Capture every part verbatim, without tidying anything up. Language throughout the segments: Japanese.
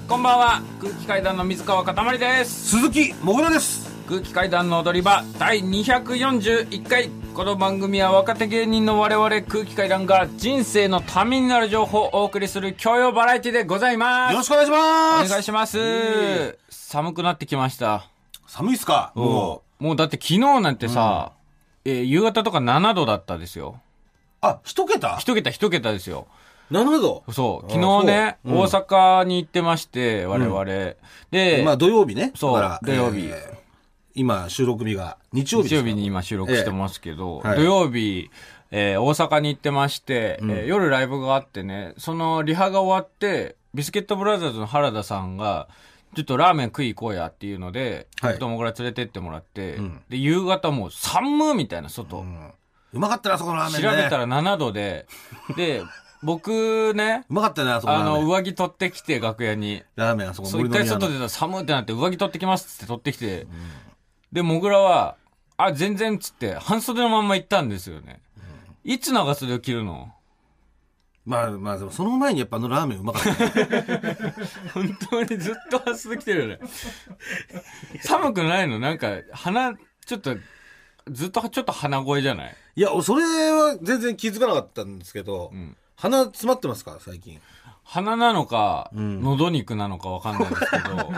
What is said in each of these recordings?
こんばんは。空気階段の水川かたまりです。 鈴木もぐらです。 空気階段の踊り場第にひゃくよんじゅういっかい。この番組は若手芸人の我々空気階段が人生のためになる情報をお送りする教養バラエティでございます。 よろしくお願いします。 お願いします。寒くなってきました。 寒いっすか？ もうもうだって昨日なんてさ、うん、えー、夕方とかななどだったですよ。 あ、一桁？ 一桁一桁ですよ。 ななど？ そう。昨日ね、うん、大阪に行ってまして、我々。うん、で、 まあ土曜日ね。 そう、土曜日、 えー。今、収録日が日曜日ですか？ 日曜日に今収録してますけど、 えーはい、 土曜日、えー、大阪に行ってまして、うん、えー、夜ライブがあってね、そのリハが終わって、ビスケットブラザーズの原田さんが、ちょっとラーメン食い行こうやっていうので、はい、子供から連れてってもらって、うん、で、夕方もう寒みたいな外。うん、 うまかったな、そこのラーメンね。 調べたらななどで、で、僕ね、 うまかったね、あそこのラーメン。 あの、上着取ってきて、楽屋に。 ラーメン、あそこそう、一回外出たら寒ってなって、上着取ってきますって取ってきて、うん、で、もぐらは、あ、全然っつって、半袖のまんま行ったんですよね。うん、いつ長袖を着るの？ まあまあ、でもその前にやっぱあのラーメンうまかったね。 本当にずっと半袖着てるよね。寒くないの？なんか、鼻、ちょっと、ずっとちょっと鼻声じゃない？ いや、それは全然気づかなかったんですけど、うん、鼻詰まってますか最近？ 鼻なのか、うん、喉肉なのかわかんないですけど。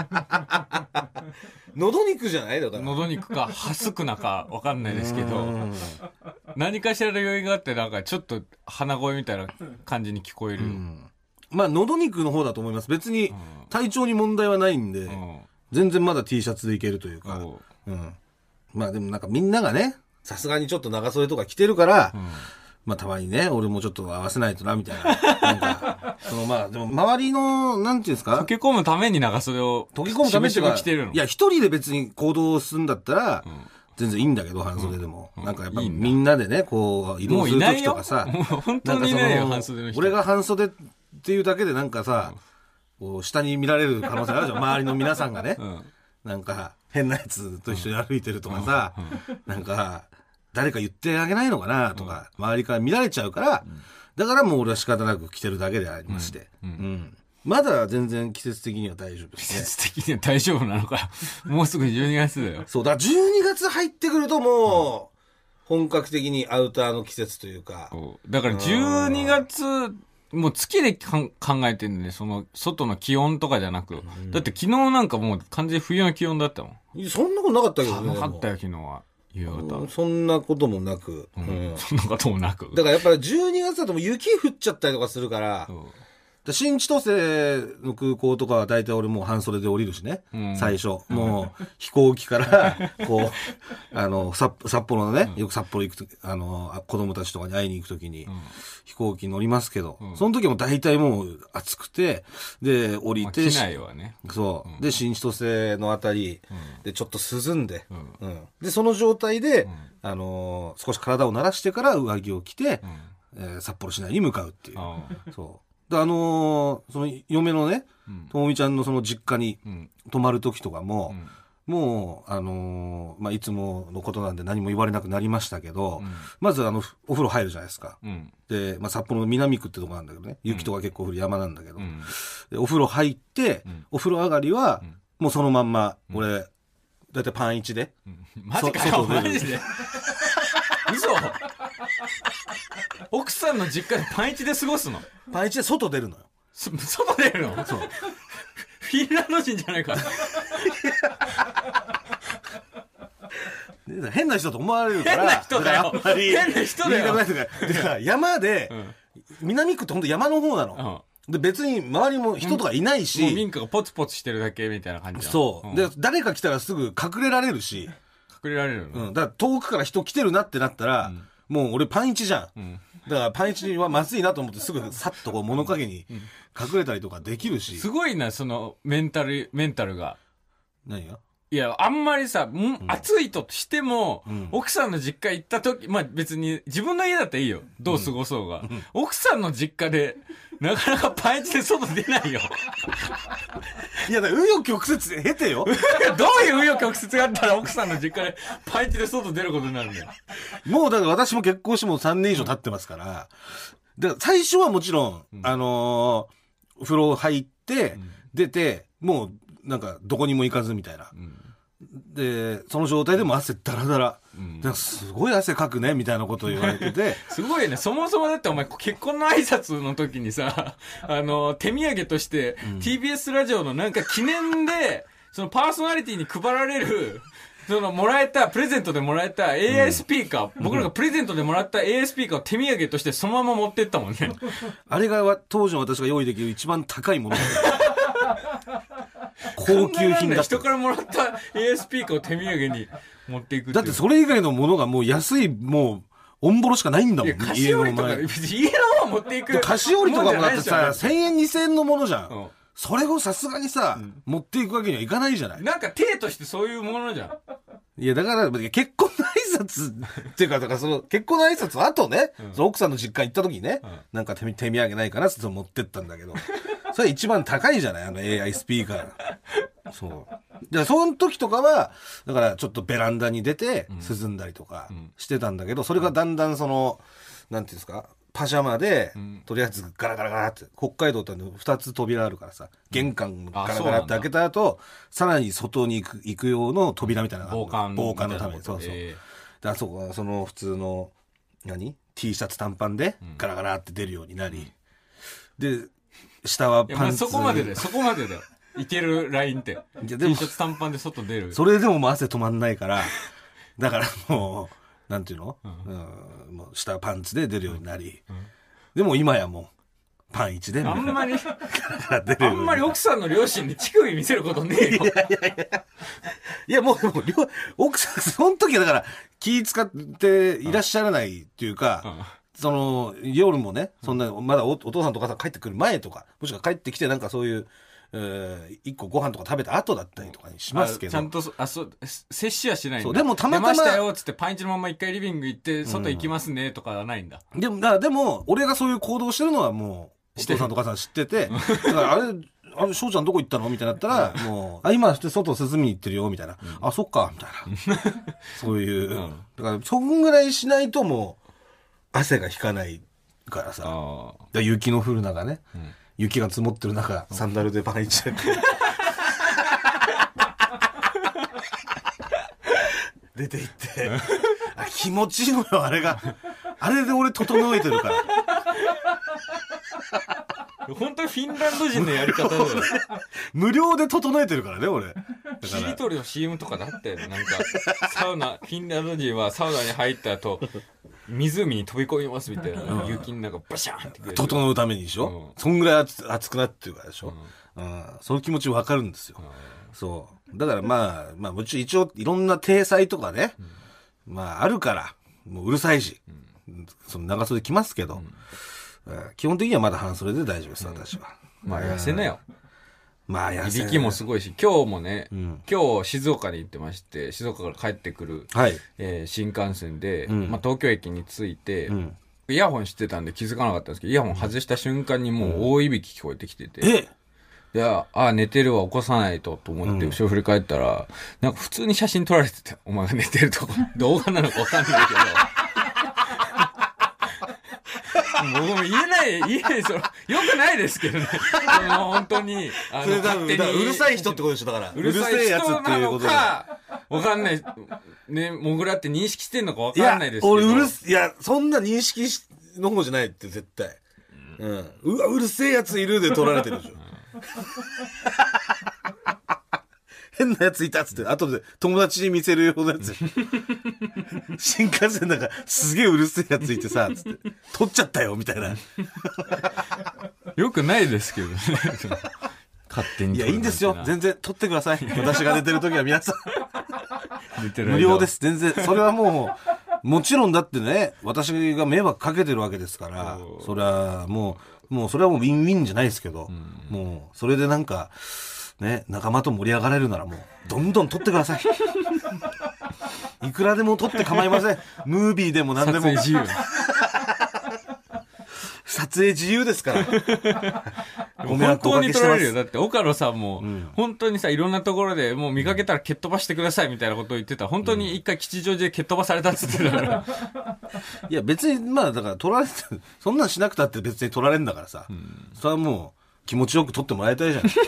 喉肉じゃない？だから。 喉肉か、ハスクなかわかんないですけど、何かしらの余韻があって、なんかちょっと鼻声みたいな感じに聞こえる。うん、 まあ、喉肉の方だと思います。別に体調に問題はないんで、うん、全然まだ T シャツでいけるというか。うん、まあでもなんかみんながね、さすがにちょっと長袖とか着てるから、うん、まあたまにね、俺もちょっと合わせないとな、みたいな。なんか、そのまあ、でも周りの、なんていうんですか？ 溶け込むために長袖を、 溶け込むために着てるの？ いや、一人で別に行動するんだったら、うん、全然いいんだけど、半袖でも。うん、なんかやっぱみんなでね、こう、移動するときとかさ。 もういないよ。もう本当にいないよ、半袖の人。 俺が半袖っていうだけでなんかさ、うん、こう下に見られる可能性あるじゃん。周りの皆さんがね。うん、なんか、変なやつと一緒に歩いてるとかさ、うんうん、なんか、誰か言ってあげないのかなとか、うん、周りから見られちゃうから、うん、だからもう俺は仕方なく着てるだけでありまして、うんうんうん、まだ全然季節的には大丈夫ですね。 季節的には大丈夫なのか。もうすぐじゅうにがつだよ。 そうだ、じゅうにがつ入ってくるともう、本格的にアウターの季節というか。 だからじゅうにがつ、もう月で考えてんね、その外の気温とかじゃなく、うん、だって昨日なんかもう完全に冬の気温だったもん。 そんなことなかったけどね。 なかったよ昨日は。夕方、 うん、そんなこともなく、 うんうん、そんなこともなく。 だからやっぱりじゅうにがつだともう雪降っちゃったりとかするから、新千歳の空港とかは大体俺もう半袖で降りるしね、うん、最初もう飛行機からこうあの札幌のね、よく札幌行くとあの子供たちとかに会いに行くときに、うん、飛行機乗りますけど、うん、その時も大体もう暑くてで降りて、 まあ、機内はね、 そう、うん、で新千歳のあたり、うん、でちょっと涼んで、うんうん、でその状態で、うん、あのー、少し体を慣らしてから上着を着て、うん、えー、札幌市内に向かうっていう、そうであのー、その嫁のね、ともみちゃんのその実家に泊まる時とかも、うん、もう、あのー、まあ、いつものことなんで何も言われなくなりましたけど、うん、まずあの、お風呂入るじゃないですか。うん、で、まあ、札幌の南区ってとこなんだけどね、雪とか結構降る山なんだけど、うん、でお風呂入って、うん、お風呂上がりは、もうそのまんま、俺、だいたいパンいちで、 うん、マジかよ、マジで嘘奥さんの実家でパンいちで過ごすの？ パンいちで外出るのよ。 外出るの？そう。フィンランド人じゃないか。 変な人と思われるから。 変な人だよ。 あんまり変な人だよ。 で山で、うん、南区ってほんと山の方なの。うん、で別に周りも人とかいないし。 もう民家がポツポツしてるだけみたいな感じだ。 そう、うん。で誰か来たらすぐ隠れられるし。 隠れられるの？ うん。だから遠くから人来てるなってなったら、うん、もう俺パンいちじゃん。うん、だからパンいちはまずいなと思ってすぐさっとこう物陰に隠れたりとかできるし。 すごいな、そのメンタル、メンタルが。 何が？ いや、あんまりさ、うん、暑いとしても、うん、奥さんの実家行った時、まあ別に自分の家だったらいいよ。どう過ごそうが。うん、奥さんの実家で、なかなかパンイチで外出ないよ。 いや、だから紆余曲折で経てよ。 どういう紆余曲折があったら奥さんの実家でパンイチで外出ることになるんだよ。 もうだから私も結婚してもうさんねん以上経ってますから。だから最初はもちろん、うん、あのー、風呂入って、うん、 出て、もうなんかどこにも行かずみたいな。うん、で、その状態でも汗だらだら。うん、なんかすごい汗かくねみたいなことを言われてて。 すごいね。そもそもだってお前結婚の挨拶の時にさ、あの、手土産として、うん、ティービーエス ラジオのなんか記念で、そのパーソナリティに配られる、そのもらえた、プレゼントでもらえた エーアイ スピーカー、うん、僕らがプレゼントでもらった エーアイ スピーカーを手土産としてそのまま持ってったもんね。 あれが当時の私が用意できる一番高いものだった。高級品だった。 人からもらった エーアイ スピーカーを手土産に持っていくっていう。 だってそれ以外のものがもう安い、もう、オンボロしかないんだもん。 菓子折りとか、家の持っていく。 菓子折りとかもだってさ、せんえんにせんえんのものじゃん。うん、それをさすがにさ、うん、持っていくわけにはいかないじゃない。 なんか体としてそういうものじゃん。 いや、だから、結婚の挨拶っていうか、だからその、結婚の挨拶後ね、うん、その奥さんの実家行った時にね、うん、なんか手手土産ないかなって持ってったんだけど、それ一番高いじゃないあの エーアイ スピーカー。そう。で、その時とかは、だからちょっとベランダに出て、涼んだりとかしてたんだけど、それがだんだんその、なんていうんですか、パジャマで、うん、とりあえずガラガラガラって、北海道って二つ扉あるからさ、玄関ガラガラって開けた後、さらに外に行く、行く用の扉みたいなのがある。 防寒。 防寒のために。そうそう。えー、で、あそこはその普通の、何 ?T シャツ短パンでガラガラって出るようになり、うん、で、下はパンツ。 そこまでで、そこまでだよ。いけるラインって。T シャツ短パンで外出る。 それでももう汗止まんないから、だからもう、なんていうの、うんうん、もう下はパンツで出るようになり、うん、でも今やもうパン一であんまりあんまり奥さんの両親に乳首見せることねえよ。 いやいやいやいやもうでも奥さんその時はだから気使っていらっしゃらないっていうか、うんうん、その夜もねそんなまだ お, お父さんとお母さん帰ってくる前とかもしくは帰ってきてなんかそういうえー、一個ご飯とか食べた後だったりとかにしますけど。 ちゃんと、あ、そう、摂取はしないんだ。そう、 でもたまたま。 出ましたよ、つってパンイチのまま一回リビング行って、外行きますね、とかはないんだ。 うん、でも、だでも、俺がそういう行動してるのはもう、お父さんとお母さん知ってて、だからあれ、あれ、翔ちゃんどこ行ったのみたいになったら、もう、あ、今、外涼みに行ってるよ、みたいな。うん、あ、そっか、みたいな。そういう、うん。だから、そんぐらいしないともう、汗が引かないからさ。だ雪の降る中ね。うん雪が積もってる中、サンダルでパンイチで。出て行って、あ気持ちいいのよ、あれが。あれで俺整えてるから。 本当にフィンランド人のやり方だよ。 無料で整えてるからね、俺。 しりとりの シーエム とかだったよね。なんか、サウナ、フィンランド人はサウナに入った後、湖に飛び込みますみたいな、うん、雪の中バシャーンって整うためにでしょ、うん、そんぐらい熱熱くなってるからでしょ、うんうん、その気持ちわかるんですよ、うん、そうだからまあまあもちろん一応いろんな体裁とかね、うん、まああるからもううるさいし、うん、その長袖着ますけど、うん、基本的にはまだ半袖で大丈夫です、うん、私はまあ痩せなよ、 まあ、 いびきもすごいし、今日もね、うん、今日静岡に行ってまして、静岡から帰ってくる、はいえー、新幹線で、うんまあ、東京駅に着いて、うん、イヤホンしてたんで気づかなかったんですけど、イヤホン外した瞬間にもう大いびき聞こえてきてて、うん、えでああ、寝てるわ、起こさないとと思って後ろ振り返ったら、なんか普通に写真撮られてて、お前が寝てるとこ、動画なのかわかんないけど、もう言えない、言えない、その、よくないですけどね。本当に、 あの、勝手に。うるさい人ってことでしょ、だから。 うるさい人なのか、わかんない。ね、もぐらって認識してんのかわかんないですけど。 俺うるす、いや、そんな認識の方じゃないって、絶対。うん。うわ、うるせえやついるで撮られてるでしょ。変なやついたっつって、後で友達に見せるようなやつ。新幹線なんかすげえうるせえやついてさ、つって、撮っちゃったよ、みたいな。 よくないですけどね。勝手に。 いや、いいんですよ。全然撮ってください。私が寝てる時は皆さん。寝てる無料です。全然。それはもう、もちろんだってね、私が迷惑かけてるわけですから、それはもう、もうそれはもうウィンウィンじゃないですけど、うん、もう、それでなんか、ね、仲間と盛り上がれるならもう、どんどん撮ってください。いくらでも撮って構いません。ムービーでも何でも。 撮影自由。 撮影自由ですから。 ご迷惑をおかけしてます。本当に撮られるよ。だって、岡野さんも、うん、本当にさ、いろんなところでもう見かけたら蹴っ飛ばしてくださいみたいなことを言ってた。本当に一回吉祥寺で蹴っ飛ばされたって言ってたから。 いや、別に、まあ、だから撮られて、そんなんしなくたって別に撮られるんだからさ。うん、それはもう、気持ちよく撮ってもらいたいじゃん。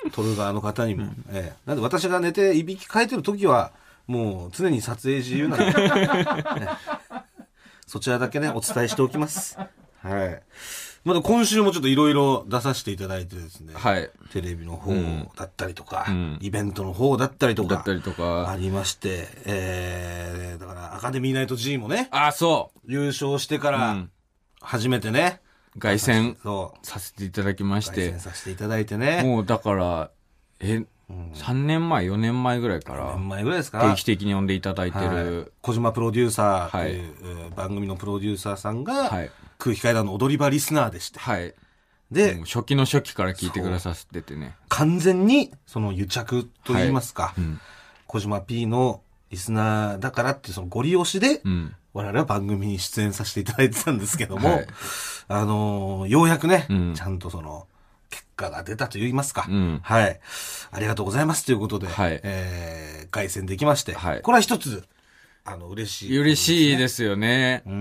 撮る側の方にも。うんええ、なんで私が寝ていびきかいてる時は、もう常に撮影自由なんで、ね、そちらだけね、お伝えしておきます。はい。まだ今週もちょっといろいろ出させていただいてですね、 はい、 テレビの方だったりとか、 うん、 イベントの方だったりとか、 だったりとかありまして、えー、だからアカデミーナイト G もね、 あ、そう。 優勝してから、初めてね、 うん、凱旋させていただきまして。 凱旋させていただいてね。 もうだから、え、うん、さんねんまえ、よねんまえぐらいから、 よねんまえぐらいですか、 定期的に呼んでいただいてる、 はい、小島プロデューサーという、はい、番組のプロデューサーさんが、はい、空気階段の踊り場リスナーでして、 はい、で、初期の初期から聞いてくださっててね。 完全に、その癒着と言いますか、はいうん、小島 P のリスナーだからっていうそのご利用しで、うん、我々は番組に出演させていただいてたんですけども、はい、あのー、ようやくね、うん、ちゃんとその、結果が出たと言いますか、うん、はい。ありがとうございますということで、はい、えー、凱旋できまして、はい、これは一つ、あの、嬉しい、 ね。嬉しいですよね。 うん。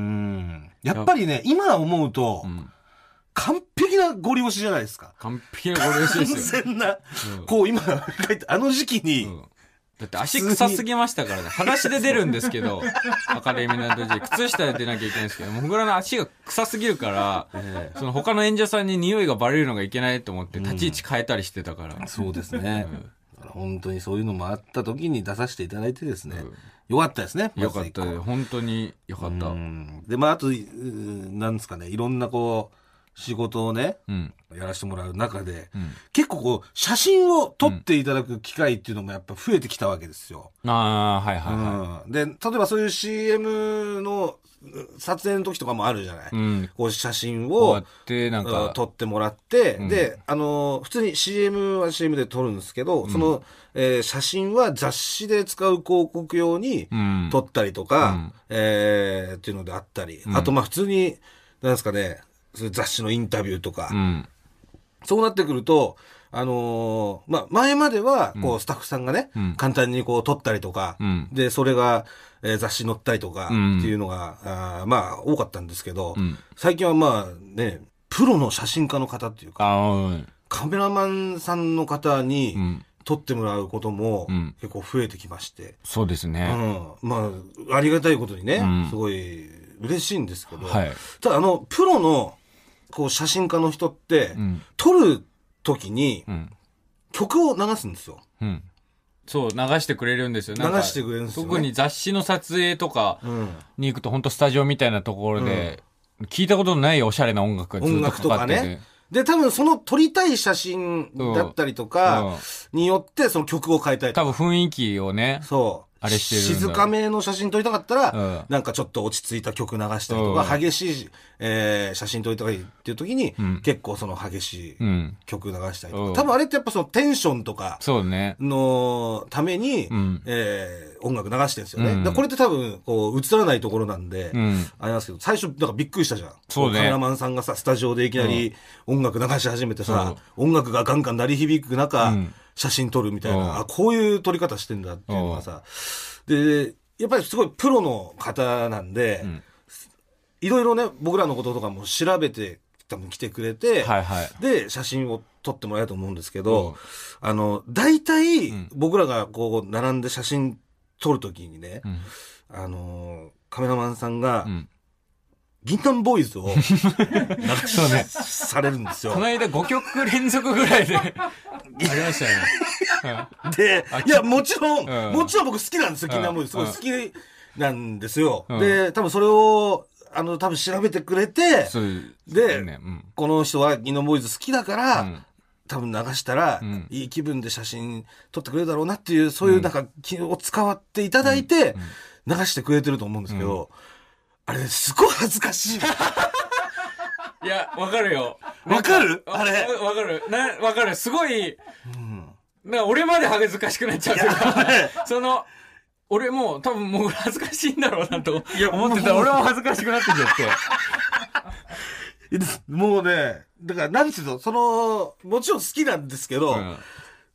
やっぱりね、今思うと、うん完璧なご利用しじゃないですか。 完璧なご利用しですよ。 完全な、うん、こう今、あの時期に、うん、 だって足臭すぎましたからね。裸足で出るんですけど、アカデミーナイト G、靴下で出なきゃいけないんですけど、僕らの足が臭すぎるから、えー、その他の演者さんに匂いがバレるのがいけないと思って立ち位置変えたりしてたから。 うん、そうですね、うん。本当にそういうのもあった時に出させていただいてですね。うんよかったですね。 よかった。本当によかった。 で、まあ、あと、なんですかね、いろんなこう、仕事をね、うん、やらせてもらう中で、うん、結構こう、写真を撮っていただく機会っていうのもやっぱ増えてきたわけですよ。 うん、ああ、はいはいはい、 うん。で、例えばそういう シーエム の撮影の時とかもあるじゃない。うん、こう写真をってなんか撮ってもらって、うん、で、あの、普通に シーエム は シーエム で撮るんですけど、うん、その、えー、写真は雑誌で使う広告用に撮ったりとか、うん、えー、っていうのであったり、うん、あとまあ普通に、なんですかね、雑誌のインタビューとか、うん、そうなってくると、あのー、まあ、前までは、こう、うん、スタッフさんがね、うん、簡単にこう、撮ったりとか、うん、で、それが、えー、雑誌に載ったりとか、っていうのが、うん、あまあ、多かったんですけど、うん、最近はまあ、ね、プロの写真家の方っていうか、カメラマンさんの方に、撮ってもらうことも、結構増えてきまして。 そうですね。 うん。まあ、ありがたいことにね、すごい、嬉しいんですけど、はい、ただ、あの、プロの、こう写真家の人って、うん、撮る時に、うん、曲を流すんですよ、うん。 そう、流してくれるんですよ。 流してくれるんですよ、ね。 特に雑誌の撮影とかに行くと、本当スタジオみたいなところで、うん、聞いたことのないおしゃれな音楽がずっとかかってて。音楽とかね。 で、多分その撮りたい写真だったりとかによってその曲を変えたいとか。 多分雰囲気をね。 そう。あれしてる静かめの写真撮りたかったら、うん、なんかちょっと落ち着いた曲流したりとか、うん、激しい、えー、写真撮りたいっていう時に、うん、結構その激しい曲流したりとか、うん、多分あれってやっぱそのテンションとかのために、うん、えー、音楽流してるんですよね。うん、だこれって多分こう映らないところなんで、うん、あれなんですけど、最初だからびっくりしたじゃん。 そうね。 カメラマンさんがさ、スタジオでいきなり音楽流し始めてさ、うん、音楽がガンガン鳴り響く中、うん写真撮るみたいな、あ、こういう撮り方してんだっていうのがさ、で、やっぱりすごいプロの方なんで、うん、いろいろね、僕らのこととかも調べて多分来てくれて、はいはい、で、写真を撮ってもらえると思うんですけど、あの、大体、僕らがこう、並んで写真撮るときにね、うん、あの、カメラマンさんが、うん銀杏ボーイズを流しされるんですよ。 この間ごきょく連続ぐらいでありましたよね。 で、いや、もちろん、うん、もちろん僕好きなんですよ、銀杏ボーイズ。すごい好きなんですよ。うん、で、多分それを、あの、多分調べてくれて、で、ねうん、この人は銀杏ボーイズ好きだから、うん多分流したら、うん、いい気分で写真撮ってくれるだろうなっていう、そういうなんか気を使わっていただいて、流してくれてると思うんですけど、うんあれ、すごい恥ずかしい。 いや、わかるよ。 わかるあれ。 わかる。な、わかる。すごい、うん、なんか俺まで恥ずかしくなっちゃうから、その、俺も多分もう恥ずかしいんだろうなと思ってたら、俺も恥ずかしくなってきちゃって。もうね、だから何しろ、その、もちろん好きなんですけど、うん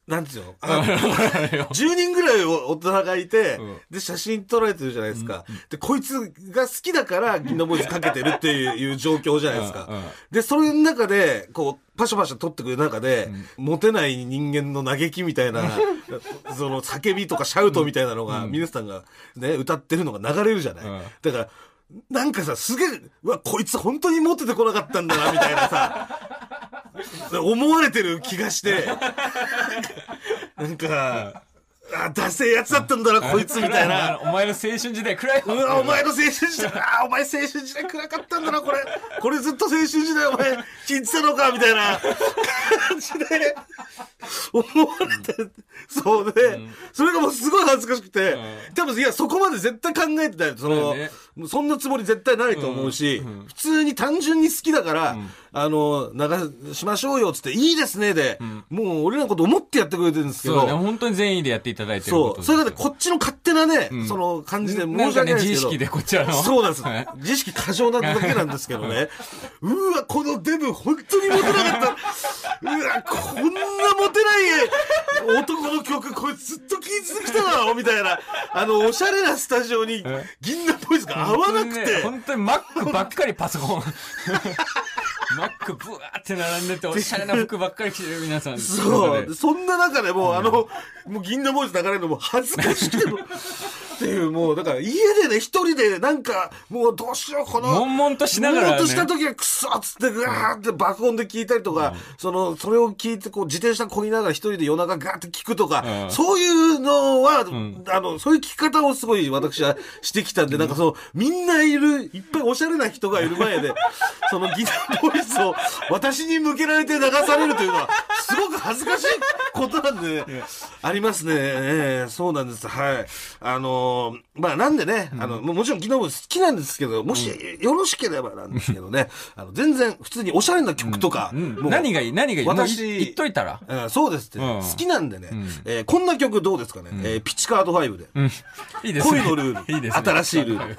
なんですよ。じゅうにんぐらい大人がいて、うん、で、写真撮られてるじゃないですか。うん、で、こいつが好きだから銀のボイスかけてるっていう状況じゃないですか。うんうん、で、それの中で、こう、パシャパシャ撮ってくる中で、うん、モテない人間の嘆きみたいな、その叫びとかシャウトみたいなのが、皆さんがね、歌ってるのが流れるじゃない。うん、だから、なんかさ、すげえ、うわ、こいつ本当にモテてこなかったんだな、みたいなさ、思われてる気がして、なんか、あ、ダセえやつだったんだな、こいつみたいな。 お前の青春時代暗い。 うわ、お前の青春時代、あ、お前青春時代暗かったんだな、これ。これずっと青春時代お前、聞いてたのか、みたいな感じで、思われて、そうで、うん、それがもうすごい恥ずかしくて、うん、多分、いや、そこまで絶対考えてない。その、ね、そんなつもり絶対ないと思うし、うんうん、普通に単純に好きだから、うん、あの、流しましょうよ、つって、いいですね、で、うん、もう俺らのこと思ってやってくれてるんですけど。 そうね、本当に善意でやっていただいてることです。そう。それがね、こっちの勝手なね、うん、その感じで申し訳ないですけど。なんかね、 自意識でこちらの。 そうなんです。自意識過剰なだけなんですけどね。うわ、このデブ、本当にモテなかった。うわ、こんなモテない男の曲、こいつずっと聴い続けただろ、みたいな。あの、おしゃれなスタジオに、銀杏ボイスが合わなくて。 本当にマックばっかりパソコン。マックブワーって並んでておしゃれな服ばっかり着てる皆さん。 そう。そんな中でもう、うん、あの、もう銀杏ボイス流れるのも恥ずかしくても。っていう、もう、だから家でね、一人でなんか、もうどうしよう、この、 悶々としながら、ね。悶々 とした時はクソっつって、ぐわーって爆音で聞いたりとか、うん、その、それを聞いて、こう、自転車こぎながら一人で夜中ガーって聞くとか、うん、そういうのは、うん、あの、そういう聞き方をすごい私はしてきたんで、うん、なんかその、みんないる、いっぱいおしゃれな人がいる前で、そのギターボイスを私に向けられて流されるというのは、すごく恥ずかしいことなんで、ね、ありますね、えー。そうなんです。はい。あのー、まあなんでね、うん、あの、もちろんギターボイス好きなんですけど、もしよろしければなんですけどね、あの、全然普通におしゃれな曲とか、 うんうん、何がいい何がいい私、 言っといたら、 えー、そうですって、うん、好きなんでね、うんえー、こんな曲どうですかね、うんえー、ピッチカードファイブで。うん、いいですね。恋のルール。いいですね。新しいルール。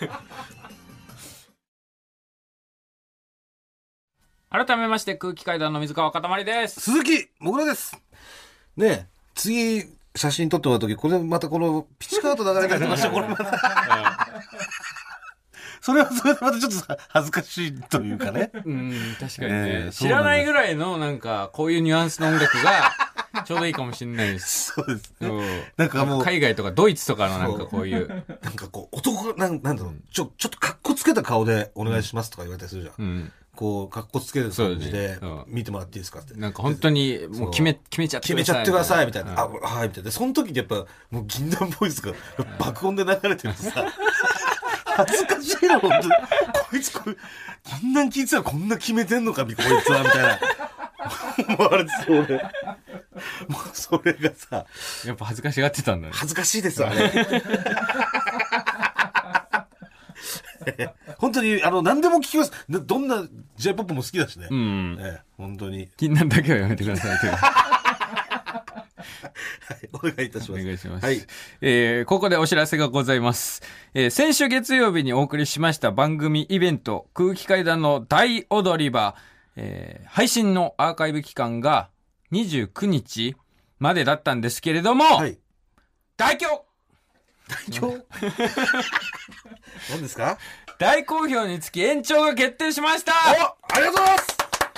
改めまして空気階段の水川かたまりです。 鈴木もぐらです。ねえ、次、写真撮ってもらうとき、これまたこのピチカート流れたりとかして、これまた。それはそれでまたちょっと恥ずかしいというかね。 うん、確かにね、えー。知らないぐらいのなんか、こういうニュアンスの音楽が、ちょうどいいかもしれないです。 そうですね。 うん、なんかもう。海外とかドイツとかのなんかこういう。 なんかこう、男が、なんなんだろう、ちょ、ちょっとカッコつけた顔でお願いしますとか言われたりするじゃん。うんこう、かっこつける感じで、見てもらっていいですかって。 なんか本当に、もう決め、決めちゃってください。決めちゃってください、みたいな。あ、はい、みたいな。その時にやっぱ、もう銀杏ボイスが爆音で流れてるとさ、恥ずかしいの、本当に。こいつ、これ、こんなん聞いてたらこんな決めてんのか、こいつは、みたいな。思われてそうで。もう、それがさ。 やっぱ恥ずかしがってたんだね。 恥ずかしいです、あれ。本当に、あの、何でも聞きます。どんな ジェイポップ も好きだしね。うん。ええ、本当に。 気になるだけはやめてください。 はい、お願いいたします。 お願いします。はい。えー、ここでお知らせがございます。えー、先週月曜日にお送りしました番組イベント、空気階段の大踊り場、えー、配信のアーカイブ期間がにじゅうくにちまでだったんですけれども、はい、大凶大凶何ですか？ 大好評につき延長が決定しました。 お、ありがとうございます。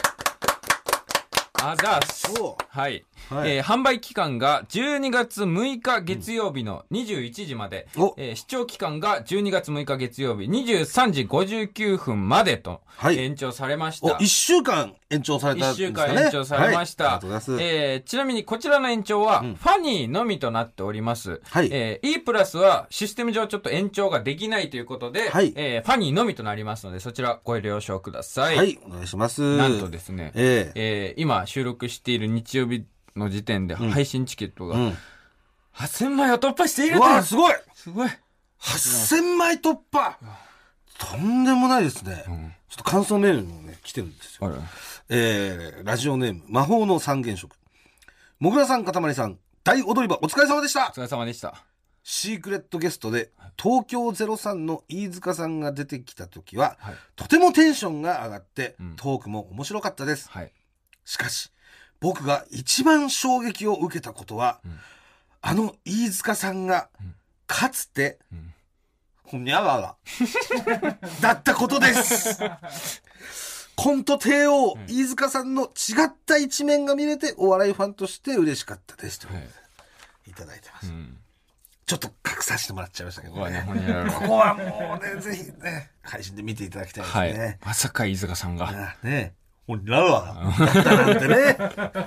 あざーす。はい。はいえー、販売期間がじゅうにがつむいか月曜日のにじゅういちじまで、うんえー、視聴期間がじゅうにがつむいか月曜日にじゅうさんじごじゅうきゅうふんまでと、はい、延長されました。 いっしゅうかん延長されたんですかね。いっしゅうかん延長されました。はい、ありがとうございます。えー、ちなみにこちらの延長は、ファニーのみとなっております。はいえー、E プラスはシステム上ちょっと延長ができないということで、はいえー、ファニーのみとなりますので、そちらご了承ください。 はい、お願いします。 なんとですね、えーえー、今収録している日曜日の時点で配信チケットが、うん、はっせんまいを突破している。 うわ、すごいすごい !はっせんまい突破、とんでもないですね。うん、ちょっと感想メールもね、来てるんですよ。えー、ラジオネーム、魔法の三原色。もぐらさん、かたまりさん、大踊り場お疲れ様でした。 お疲れ様でした。 シークレットゲストで、東京ゼロさんの飯塚さんが出てきたときは、はい、とてもテンションが上がって、うん、トークも面白かったです。はい、しかし、 僕が一番衝撃を受けたことは、うん、あの飯塚さんが、かつて、うんほにゃららだったことですコント帝王、うん、飯塚さんの違った一面が見れてお笑いファンとして嬉しかったですと、はい、いただいてます、うん、ちょっと隠させてもらっちゃいましたけどね、ここはね、ここはもうねぜひね配信で見ていただきたいですね、はい、 まさか飯塚さんがねほにゃららだったなんてね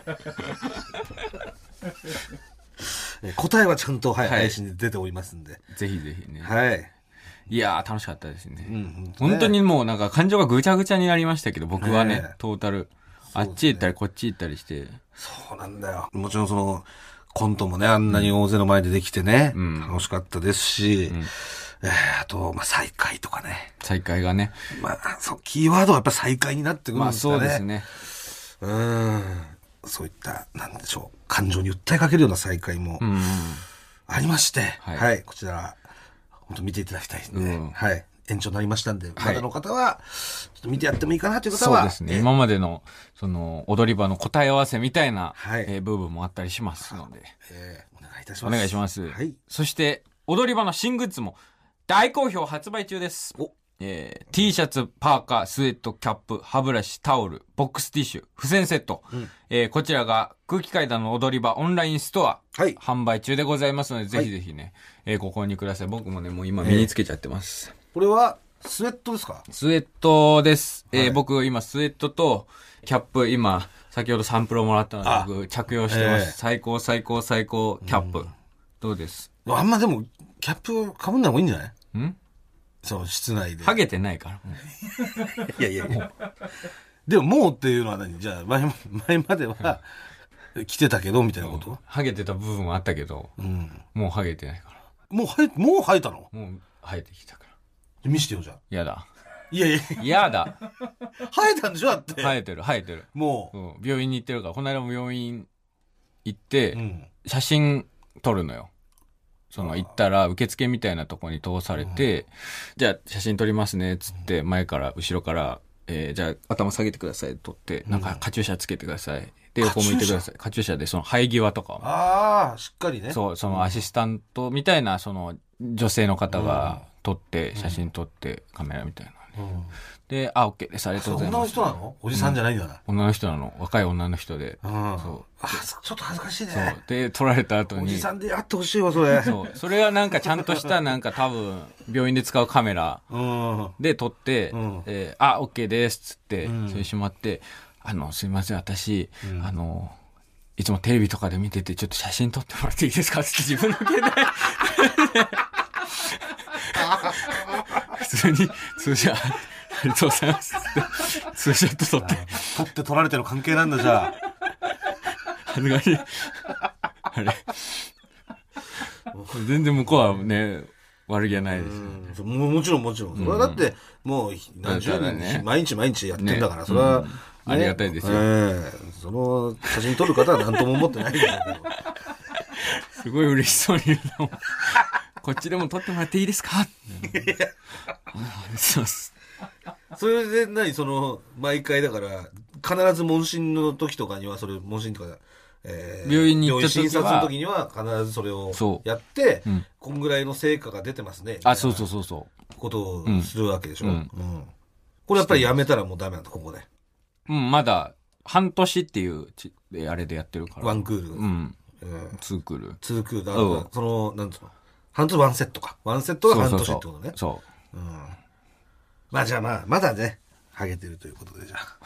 答えはちゃんと、はいはい、配信で出ておりますんでぜひぜひねはいいやー楽しかったですね、うん、本当にもうなんか感情がぐちゃぐちゃになりましたけど僕はね、ねトータル、ね、あっち行ったりこっち行ったりしてそうなんだよもちろんそのコントもねあんなに大勢の前でできてね、うん、楽しかったですし、うんえー、あと、まあ、再会とかね再会がねまあそうキーワードはやっぱ再会になってくるんですかね、まあ、そうですねうんそういったなんでしょう感情に訴えかけるような再会もありまして、うんはい、はい、こちら本当見ていただきたいんで、うん、はい。延長になりましたんで、はい、まだの方は、ちょっと見てやってもいいかなという方は。 そうですね。今までの、その、踊り場の答え合わせみたいな、はいえー、部分もあったりしますので。 えー、お願いいたします。 お願いします。 はい。 そして、踊り場の新グッズも大好評発売中です。おえー、T シャツ、パーカー、スウェット、キャップ、歯ブラシ、タオル、ボックスティッシュ、付箋セット。うんえー、こちらが空気階段の踊り場オンラインストア、はい、販売中でございますので、ぜひぜひね、はいえー、ご購入ください。僕もね、もう今身につけちゃってます。 えー、これはスウェットですか？ スウェットです。はい、えー、僕今スウェットとキャップ、今、先ほどサンプルをもらったので、僕着用してます。えー、最高最高最高キャップ。うん、どうです？ あんまでも、キャップかぶんない方がいいんじゃないんそう、室内で。 ハゲてないから。 いやいやいや。でも、もうっていうのは何じゃあ、前、前までは、着てたけど、みたいなこと、うん、 ハゲてた部分はあったけど、うん、もうハゲてないから。 もう生え、もう生えたの？ もう生えてきたから。 見してよ、じゃあ。 やだ。 いやいや。 やだ。 生えたんでしょだって。 生えてる、生えてる。 もう。 うん、病院に行ってるから、この間も病院行って、うん、写真撮るのよ。その行ったら受付みたいなとこに通されて、うん、じゃあ写真撮りますねっつって前から後ろから、えー、じゃあ頭下げてください撮ってなんかカチューシャつけてくださいで横向いてくださいカチューシャでその生え際とかああしっかりねそうそのアシスタントみたいなその女性の方が撮って写真撮ってカメラみたいな、ねうん、であ OK ですありがとうございます。 女の人なの？おじさんじゃないんだな、 うん、女の人なの若い女の人で、 うん、そうあちょっと恥ずかしいね。そうで撮られた後におじさんでやってほしいわそれ。 そうそれはなんかちゃんとしたなんか多分病院で使うカメラで撮って、うんえー、あ OK ですっつって、うん、それしまってあのすいません私、うん、あのいつもテレビとかで見ててちょっと写真撮ってもらっていいですかって自分の携帯普通に通じゃありがとうございますってツーショット撮って撮って撮られての関係なんだじゃあ恥ずかしいあれ全然向こうはね悪気はないですよね。 も, もちろんもちろん、うん、それはだってもう何十年、ね、毎日毎日やってんだから、ね、それは、ねうん、ありがたいですよ、えー、その写真撮る方は何とも思ってないんだけどすごい嬉しそうに言うのこっちでも撮ってもらっていいですかそれで何その毎回だから必ず問診の時とかにはそれ問診とか、 えー、病院に行った時は診察の時には必ずそれをやって、うん、こんぐらいの成果が出てますねあそうそうそうそうことをするわけでしょ、うんうん、これやっぱりやめたらもうダメなんだここでうんまだ半年っていうあれでやってるからワンクールうんえー、ツークールツークールだからそのなんつうの半年ワンセットかワンセットが半年ってことねそう、 うん、まあじゃあまあまだねハゲてるということでじゃあ、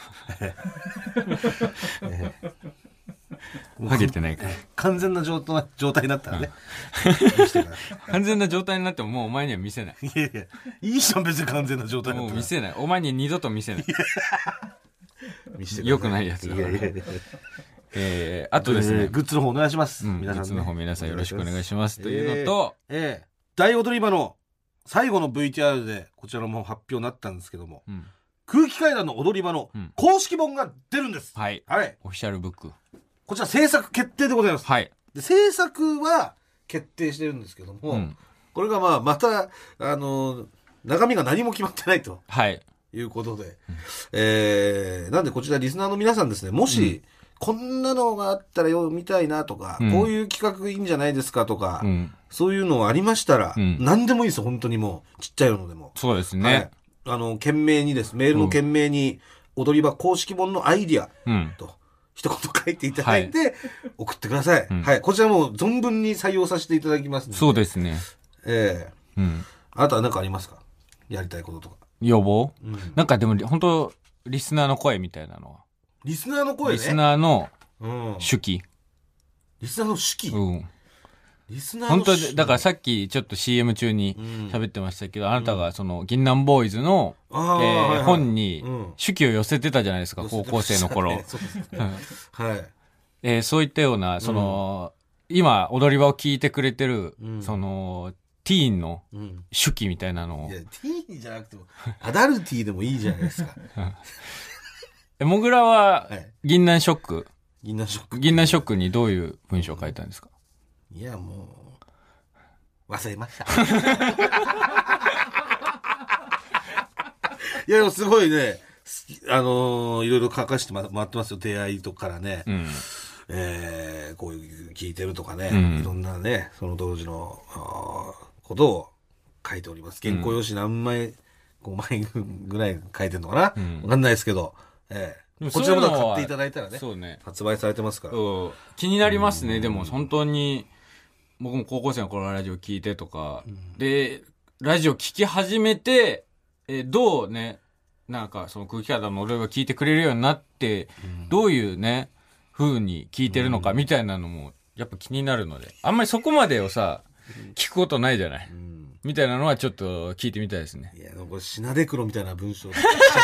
えー、ハゲてないから完全な状態状態になったらね、 うん、完全な状態になってももうお前には見せない。 いやいやいいじゃん別に完全な状態になったらもう見せないお前に二度と見せない見せてよくないやつだから。いやいやいやえー、あとですね、 えー、グッズの方お願いします、 うん、皆さん、ね、グッズの方皆さんよろしくお願いしますというのと、 えーえー、大踊り場の最後の ブイティーアール でこちらも発表になったんですけども、うん、空気階段の踊り場の公式本が出るんです、 うん、はい、 はい、 オフィシャルブックこちら制作決定でございます、 はい、 で制作は決定してるんですけども、うん、これがまあまたあの中身が何も決まってないと、 はい、 いうことで、うん、えー、なんでこちらリスナーの皆さんですねもし、うんこんなのがあったらよ見たいなとか、うん、こういう企画いいんじゃないですかとか、うん、そういうのありましたら、うん、何でもいいですよ、本当にもう、ちっちゃいのでも。 そうですね。はい、 あの、懸命にです、メールの懸命に、踊り場公式本のアイディアと、うん、一言書いていただいて、送ってください。はい、はい。こちらも存分に採用させていただきますので。 そうですね。 ええー。うん。あなたは何かありますか？やりたいこととか。 要望、うん、なんかでも、本当リスナーの声みたいなのは。 リスナーの声ね。 リスナーの手記。うん、 リスナーの手記？うん。リスナーの手記。本当だからさっきちょっと シーエム 中に喋ってましたけど、うん、あなたがその、銀杏ボーイズの、うん、えーはいはい、本に手記を寄せてたじゃないですか、うん、高校生の頃。そうですね。はい。えー、そういったような、その、うん、今、踊り場を聞いてくれてる、うん、その、ティーンの手記みたいなのを。 いや、ティーンじゃなくても、アダルティーでもいいじゃないですか。 もぐらは、銀杏ショック、はい、 銀杏ショック。 銀杏ショックにどういう文章を書いたんですか？ いや、もう、忘れました。いや、でもすごいね、あのー、いろいろ書かせてもらってますよ。出会いとかからね。うん、えー、こういう聞いてるとかね、うん、いろんなね、その当時のことを書いております。原稿用紙何枚、ごまいぐらい書いてるのかな、うん、わかんないですけど、えー、こちらも買っていただいたらね、そうね、発売されてますから。 気になりますね。でも本当に、僕も高校生の頃ラジオ聞いてとか、うん、で、ラジオ聞き始めて、えー、どうね、なんかその空気階段の俺が聞いてくれるようになって、うん、どういうね、風に聞いてるのかみたいなのもやっぱ気になるので、あんまりそこまでをさ、聞くことないじゃない、うん、みたいなのはちょっと聞いてみたいですね。 いや、これ品デクロみたいな文章や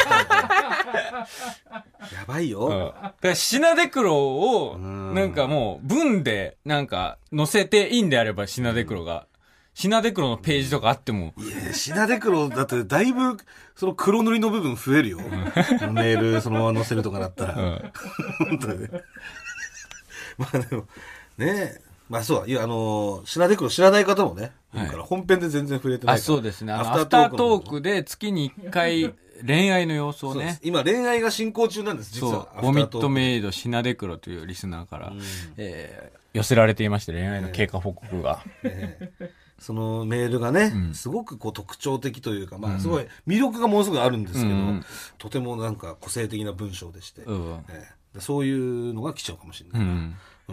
ばいよ、うん、 だから品デクロをなんかもう文でなんか載せていいんであれば、品デクロが、シナデクロのページとかあっても。 いや、シナデクロだってだいぶ、その黒塗りの部分増えるよ。メールそのまま載せるとかだったら。うん、本当にね。まあでも、ねえ。まあそう、いや、あのー、シナデクロ知らない方もね、いるから、本編で全然触れてないから。あ、 そうですね。アフタートークで月にいっかい恋愛の様子をね。 今恋愛が進行中なんです、実は。 そう、ボミットメイドシナデクロというリスナーから、えー、寄せられていまして、恋愛の経過報告が。えーえーそのメールがね、うん、すごくこう特徴的というか、まあすごい魅力がものすごくあるんですけど、うん、とてもなんか個性的な文章でして、うん、えー、そういうのが貴重かもしれない。うんうん、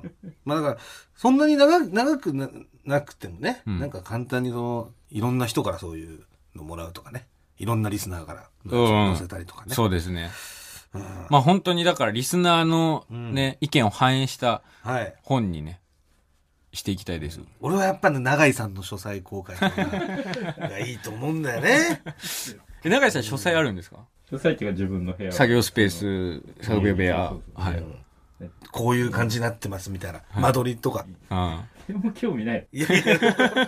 まあだから、そんなに長長く な, なくてもね、うん、なんか簡単にその、いろんな人からそういうのもらうとかね、いろんなリスナーから載せたりとかね。 うん、そうですね。うん、まあ本当にだからリスナーのね、うん、意見を反映した本にね、していきたいです。 俺はやっぱり、ね、永井さんの書斎公開がいいと思うんだよね。 え、永井さん書斎あるんですか？ 書斎っていうか自分の部屋。 作業スペース、作業部屋。はい。 こういう感じになってますみたいな。間取りとか。 ああ。でも興味ない。いやいや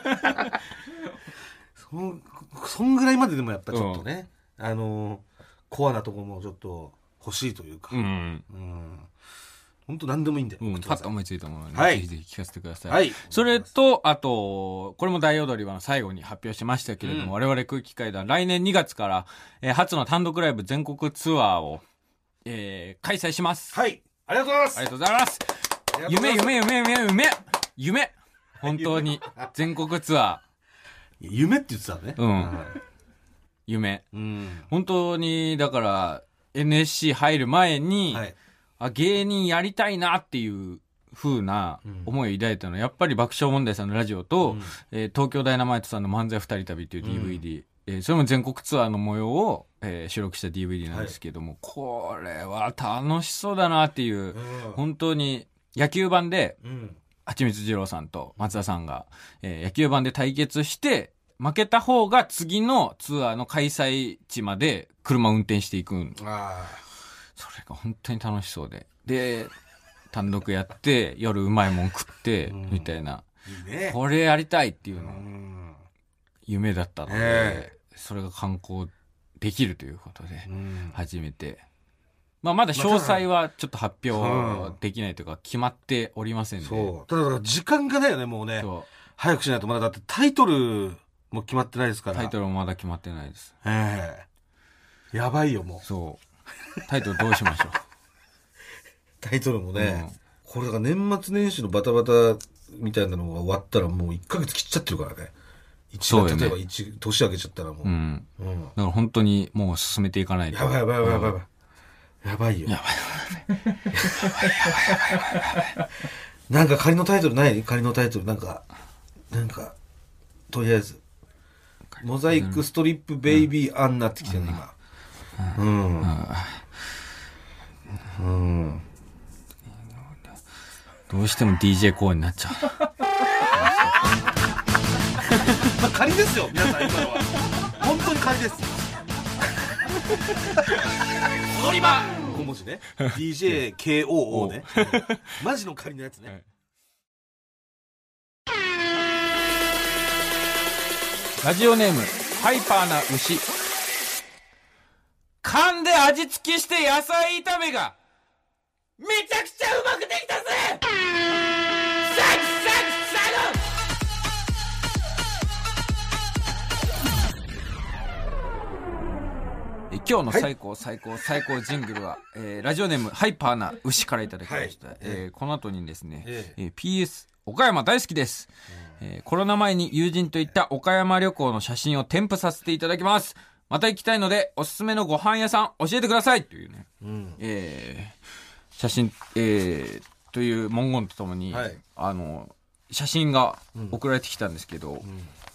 そん、そんぐらいまででもやっぱちょっとね、うん、あの、コアなところもちょっと欲しいというか。うん。うん本当何でもいいんで、 うん、パッと思いついたものをね、 はい、 ぜひぜひ聞かせてください。はい。それと、あと、これも大踊り場の最後に発表しましたけれども、うん、我々空気階段、来年にがつから、えー、初の単独ライブ全国ツアーを、えー、開催します。 はい。ありがとうございます。 ありがとうございます。夢、夢、夢、夢、夢、夢。本当に、全国ツアー。夢って言ってたね。 うん。夢。うん。本当に、だから、エヌエスシー 入る前に、はい、あ、芸人やりたいなっていう風な思いを抱いたのは、やっぱり爆笑問題さんのラジオと、うん、えー、東京ダイナマイトさんの漫才二人旅っていう ディーブイディー、うん、えー、それも全国ツアーの模様を、えー、収録した ディーブイディー なんですけども、はい、これは楽しそうだなっていう、うん、本当に野球版で、うん、はちみつ二郎さんと松田さんが、えー、野球版で対決して、負けた方が次のツアーの開催地まで車を運転していくん。あーそれが本当に楽しそうで。で、単独やって、夜うまいもん食って、みたいな。いいね。これやりたいっていうの、夢だったので、えー、それが観光できるということで、初めて。まあまだ詳細はちょっと発表できないというか、決まっておりませんね。 そう。ただ、時間がないよね、もうね。そう。早くしないとまだだってタイトルも決まってないですから。 タイトルもまだ決まってないです。 ええー。やばいよ、もう。 そう。タイトルどうしましょう。 タイトルもね、うん、これが年末年始のバタバタみたいなのが終わったらもういっかげつ切っちゃってるからね。一年、ね、例えば一年明けちゃったらもう、うんうん、だから本当にもう進めていかないと。 やばいやばいやばいやばい、うん、やばいよ。 やばいやばいやばいやばいやばい。 なんか仮のタイトルない？仮のタイトルなんかなんかとりあえずモザイクストリップベイビーアンナってきてるの今。うん。うん。うん。 どうしても ディージェー コーになっちゃう。 まあ仮ですよ皆さん今のは。本当に仮です。踊り場。小文字ね。ディージェーケーオーオー ね。マジの仮のやつね。はい、 ラジオネームハイパーな牛。勘で味付けして野菜炒めがめちゃくちゃうまくできたぜ。サクサクサク。今日の最高最高最高ジングルは、えー、ラジオネームハイパーな牛からいただきました、はい、えー、この後にですね、えーえー、ピーエス 岡山大好きです、えー、コロナ前に友人と行った岡山旅行の写真を添付させていただきます。また行きたいのでおすすめのご飯屋さん教えてくださいというね、うん、えー、写真、えー、という文言とともに、はい、あの写真が送られてきたんですけど、うん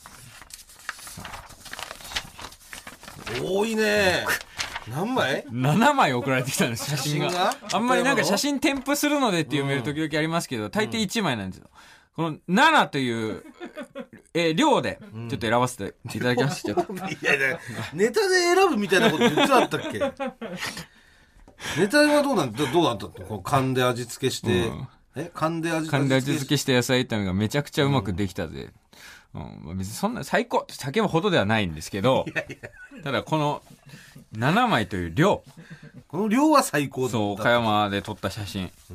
うん、多いね。何枚 ? なな 枚送られてきたんです、写真が。写真があんまりなんか写真添付するのでっていうメール時々ありますけど、大抵いちまいなんですよ。このななという、えー、量でちょっと選ばせていただきました。うん、いやいやネタで選ぶみたいなこと言ってあったっけ？ネタはどうなんだどうなんだってこう勘で味付けして、うん、え勘で味付け勘で味付けして野菜炒めがめちゃくちゃうまくできたぜ。うんうん、別にそんな最高叫ぶほどではないんですけど、いやいやただこのななまいという量、 この量は最高だ。 そう岡山で撮った写真、うん、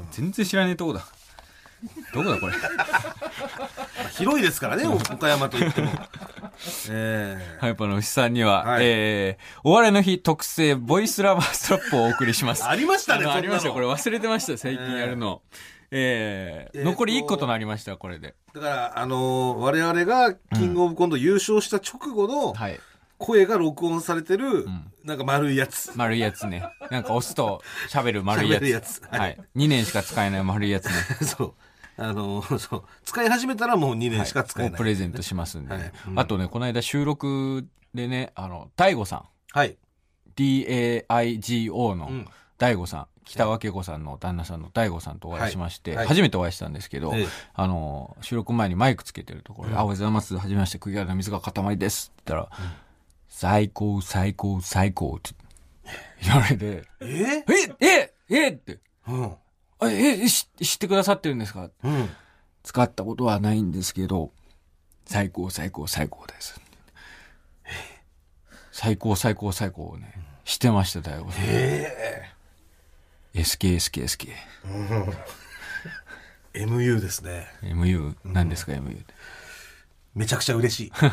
全然知らねえとこだ。どこだこれ。 広いですからね岡山といっても。えー、 ハイパーの牛さんには、はい、えー、お笑いの日特製ボイスラバーストラップをお送りします。 ありましたね。 ありました。これ忘れてました最近やるの。えーえー、残りいっことなりましたこれで。 だからあのー、我々がキングオブコント優勝した直後の、うん、はい、声が録音されてる、うん、なんか丸いやつ丸いやつね。なんか押すと喋る丸いやつ, やつ、はい、はい、にねんしか使えない丸いやつね。 そうあのー、そう使い始めたらもうにねんしか使えない、はい、 プレゼントしますんで、はい、うん、あとねこの間収録でねあの大悟さん、はい、ディーエーアイジーオー の大悟さん、うん、北脇子さんの旦那さんの大悟さんとお会いしまして、はいはい、初めてお会いしたんですけど、ええ、あの収録前にマイクつけてるところで、うん、あおはようございますはじめまして釘原水川かたまりですって言ったら、うん、最高最高最高って言われて、ええええって、うん、ええ知ってくださってるんですか、うん、使ったことはないんですけど最高最高最高です、え最高最高最高をね知ってました大悟さん。えーエスケーエスケーエスケー、うん、 エムユー ですね。 エムユー 何ですか、うん、エムユー ってめちゃくちゃ嬉しい。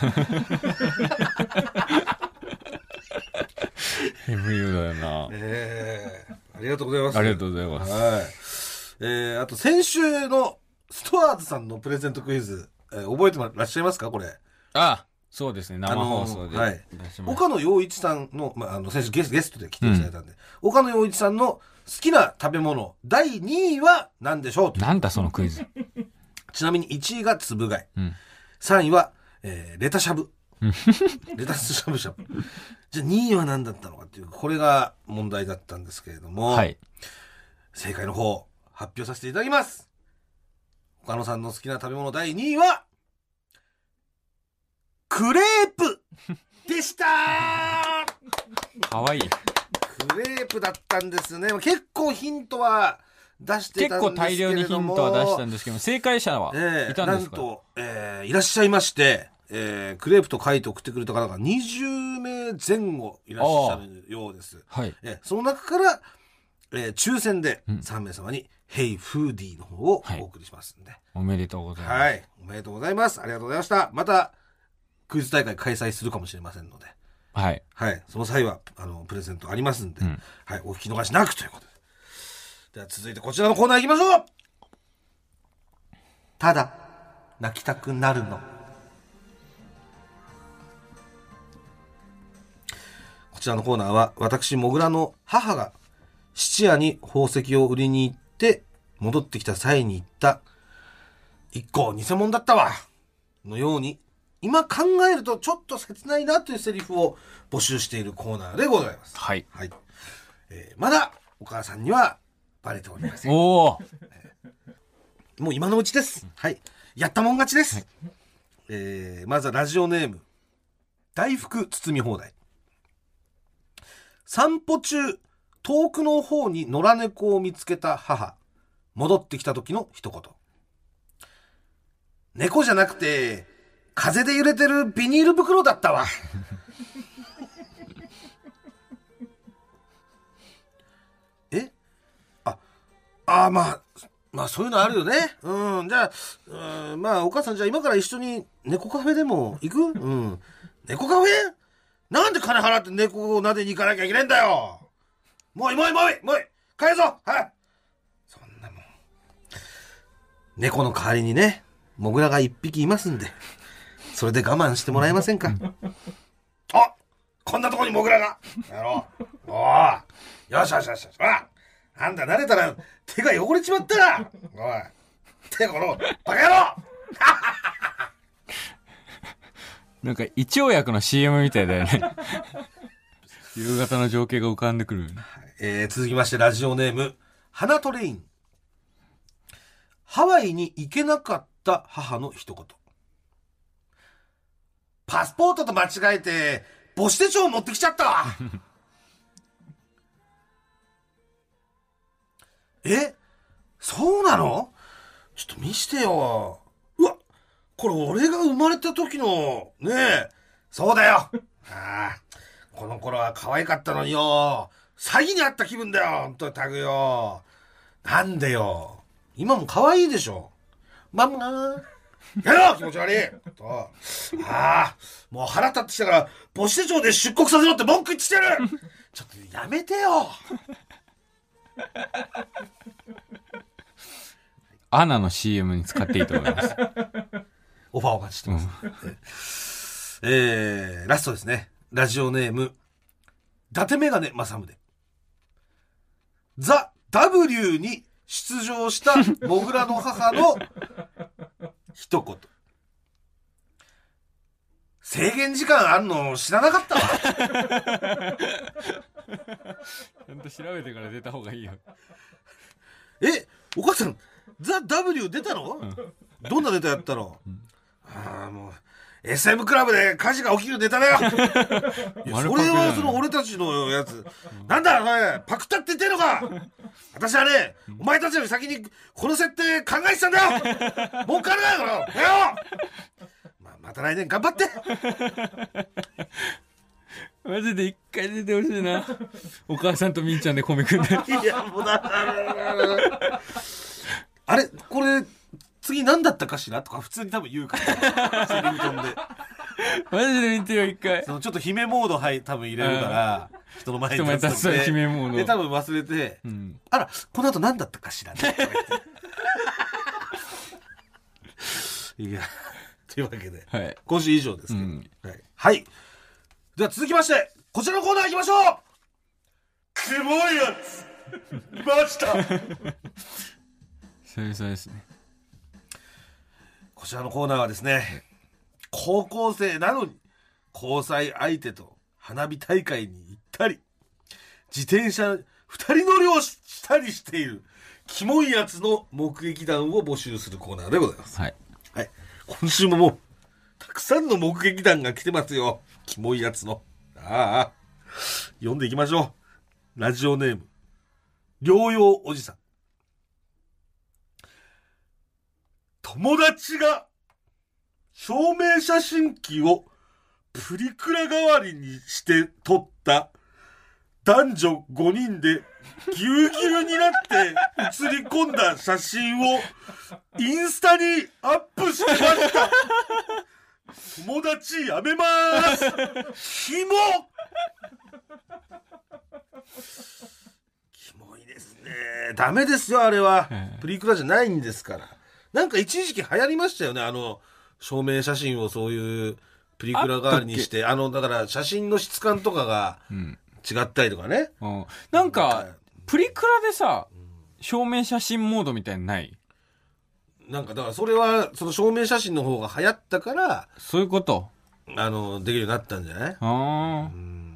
エムユー だよな、 えー、ありがとうございます。 ありがとうございます、はい、 えー、あと先週のストワーズさんのプレゼントクイズ、えー、覚えてらっしゃいますかこれ。 ああそうですね生放送で、はい、 岡野陽一さんの、まあ、あの先週ゲス、ゲストで来ていただいたんで、うん、岡野陽一さんの好きな食べ物だいにいは何でしょう。 なんだそのクイズ。 ちなみにいちいがつぶ貝、うん、さんいは、えー、レタしゃぶレタスしゃぶしゃぶ。じゃあにいは何だったのかっていうこれが問題だったんですけれども、はい、正解の方発表させていただきます。岡野さんの好きな食べ物だいにいはクレープでしたー。 かわいい。 クレープだったんですね。結構ヒントは出してたんですけれども、結構大量にヒントは出したんですけど正解者はいたんですか。えー、なんと、えー、いらっしゃいまして、えー、クレープと書いて送ってくれた方がにじゅうめいぜん後いらっしゃるようです。はい、えー、その中から、えー、抽選でさんめい様に、うん、ヘイフーディーの方をお送りしますんで、はい、 おめでとうございます。 はい、おめでとうございます。ありがとうございました。またクイズ大会開催するかもしれませんので、はい、はい、その際はあのプレゼントありますんで、うん、はい、お聞き逃しなくということで、 では続いてこちらのコーナー行きましょう。ただ泣きたくなるの。こちらのコーナーは私もぐらの母が質屋に宝石を売りに行って戻ってきた際に言った一個偽物だったわのように今考えるとちょっと切ないなというセリフを募集しているコーナーでございます。 はい、 はい。えー、まだお母さんにはバレておりません。 おー、 えー、もう今のうちです。はい。やったもん勝ちです。はい、えー、まずはラジオネーム大福包み放題。散歩中遠くの方に野良猫を見つけた母。戻ってきた時の一言。猫じゃなくて風で揺れてるビニール袋だったわ。えああまあまあそういうのあるよね。うん。じゃあ、うん、まあお母さんじゃあ今から一緒に猫カフェでも行く？うん。猫カフェ？なんで金払って猫を撫でに行かなきゃいけないんだよ。もういもういもういもうい帰るぞ。はい。そんなもん。猫の代わりにね、モグラが一匹いますんで。それで我慢してもらえませんか。あ、こんなとこにモグラがやろう。おー、よしよしよしよし。あ、あんた慣れたら手が汚れちまったな。おい、手このバカ野郎。 なんか胃腸薬の シーエム みたいだよね。夕方の情景が浮かんでくる、 えー、続きましてラジオネーム花トレイン。ハワイに行けなかった母の一言。パスポートと間違えて母子手帳持ってきちゃったわ。え、そうなの？ちょっと見してよ。うわ、これ俺が生まれた時のねえ。そうだよ。ああ、この頃は可愛かったのによ。詐欺にあった気分だよ。ほんとタグよ。なんでよ。今も可愛いでしょ。ママやろう、気持ち悪いと。ああ、もう腹立ってきたから母子手帳で出国させろって文句言ってきてる。ちょっとやめてよ。 アナの シーエム に使っていいと思います。 オファーお待ちしてます、うん、えー、ラストですね。ラジオネーム伊達メガネ正宗。ザ・ W に出場したモグラの母の一言。制限時間あんの知らなかったわ。 ちゃんと調べてから出た方がいいよ。 え、お母さんザ・ W 出たの、うん、どんなネタやったの、うん、ああもう エスエム クラブで火事が起きるネタだよ。いやそれはその俺たちのやつ、うん、なんだお前パクったって言ってんのか。私はね、うん、お前たちより先にこの設定考えてたんだよ。もう考えろよ。まあ、また来年頑張って。 マジで一回出てほしいな。お母さんとみーちゃんで米組んで。いやもうだあれこれ次何だったかしらとか普通に多分言うからセリフ飛んで。 マジで見てよ一回。 そのちょっと姫モードはい多分入れるから人の前に立つとき姫モードで多分忘れて、うん、あらこの後何だったかしらねいやというわけで、はい、今週以上ですけど、うんはい、はい、では続きましてこちらのコーナー行きましょう。キモいやついました久々ですね。 こちらのコーナーはですね、高校生なのに交際相手と花火大会に行ったり自転車二人乗りをしたりしているキモいやつの目撃談を募集するコーナーでございます。 はい、 はい、今週ももうたくさんの目撃談が来てますよ。キモいやつのああ読んでいきましょう。ラジオネーム療養おじさん。友達が証明写真機をプリクラ代わりにして撮った男女ごにんでぎゅうぎゅうになって写り込んだ写真をインスタにアップしてました。友達やめまーす。キモキモいですね。 えー、ダメですよあれは、プリクラじゃないんですから。なんか一時期流行りましたよね、あの証明写真をそういうプリクラ代わりにして、あのだから写真の質感とかが違ったりとかね、 うん、なんかプリクラでさ、うん、証明写真モードみたいなのない？ なんかだからそれはその証明写真の方が流行ったから、 そういうことあのできるようになったんじゃない？あ、うん、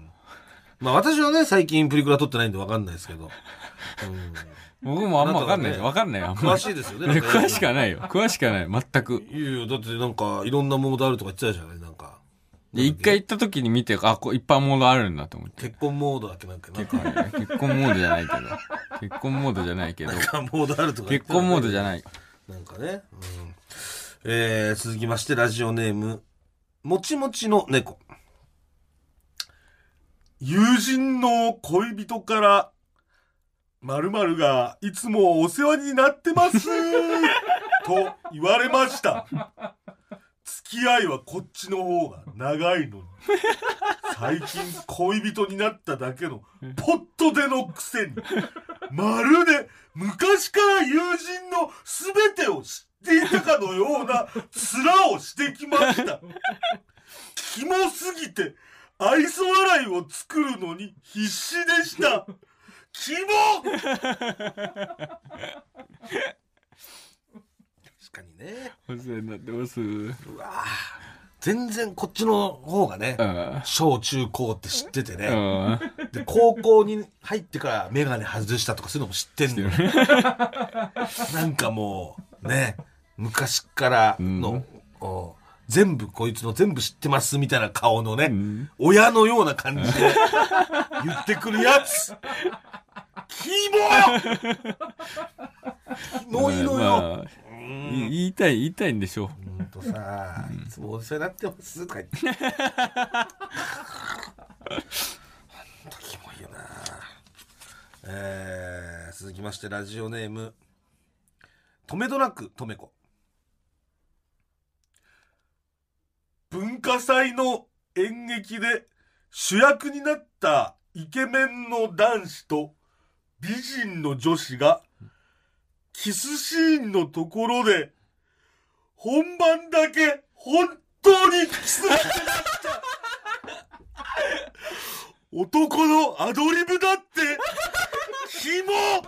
まあ私はね最近プリクラ撮ってないんで分かんないですけど、 うん、僕もあんま分かんない、ね、分かんないよ。 詳しいですよね。 詳しくはないよ。詳しくはない全く。 いやいやだってなんかいろんなモードあるとか言ってたじゃない。なんか一回行った時に見て、あ、こういっぱいモードあるんだと思って。 結婚モードだっけなんかなんか結婚モードじゃないけど結婚モードじゃないけどなんかモードあるとか結婚モードじゃない。 なんかね、うん、えー、続きましてラジオネームもちもちの猫。友人の恋人から〇〇がいつもお世話になってますと言われました。付き合いはこっちの方が長いのに最近恋人になっただけのポットでのくせにまるで昔から友人の全てを知っていたかのような面をしてきました。キモすぎて愛想笑いを作るのに必死でした。キモ確かにね。 お世話になってます。 うわ全然こっちの方がね、うん、小中高って知っててね、うん、で高校に入ってからメガネ外したとかそういうのも知ってんのよ。なんかもうね昔からの、うん、全部こいつの全部知ってますみたいな顔のね、うん、親のような感じで言ってくるやつ。キモキモいのよ、まあ言いたい言いたいんでしょ。 ほんとさ、いつもお世話になってますとか言ってほんとキモいよな。えー、続きましてラジオネームとめどなくとめこ。文化祭の演劇で主役になったイケメンの男子と美人の女子がキスシーンのところで本番だけ本当にキスしてました。男のアドリブだってキモ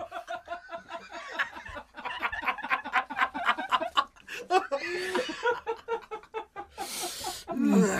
うわ